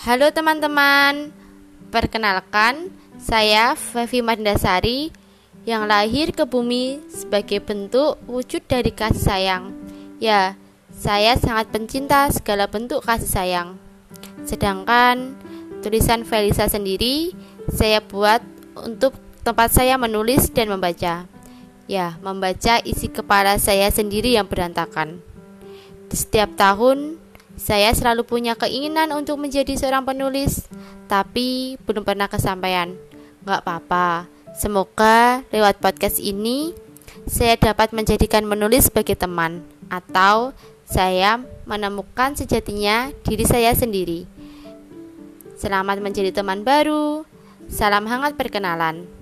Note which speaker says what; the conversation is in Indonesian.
Speaker 1: Halo teman-teman, perkenalkan saya Fevi Mandasari yang lahir ke bumi sebagai bentuk wujud dari kasih sayang. Ya, saya sangat pencinta segala bentuk kasih sayang. Sedangkan tulisan Felisa sendiri saya buat untuk tempat saya menulis dan membaca. Ya, membaca isi kepala saya sendiri yang berantakan. Setiap tahun saya selalu punya keinginan untuk menjadi seorang penulis, tapi belum pernah kesampaian. Gak apa-apa, semoga lewat podcast ini saya dapat menjadikan menulis sebagai teman, atau saya menemukan sejatinya diri saya sendiri. Selamat menjadi teman baru. Salam hangat perkenalan.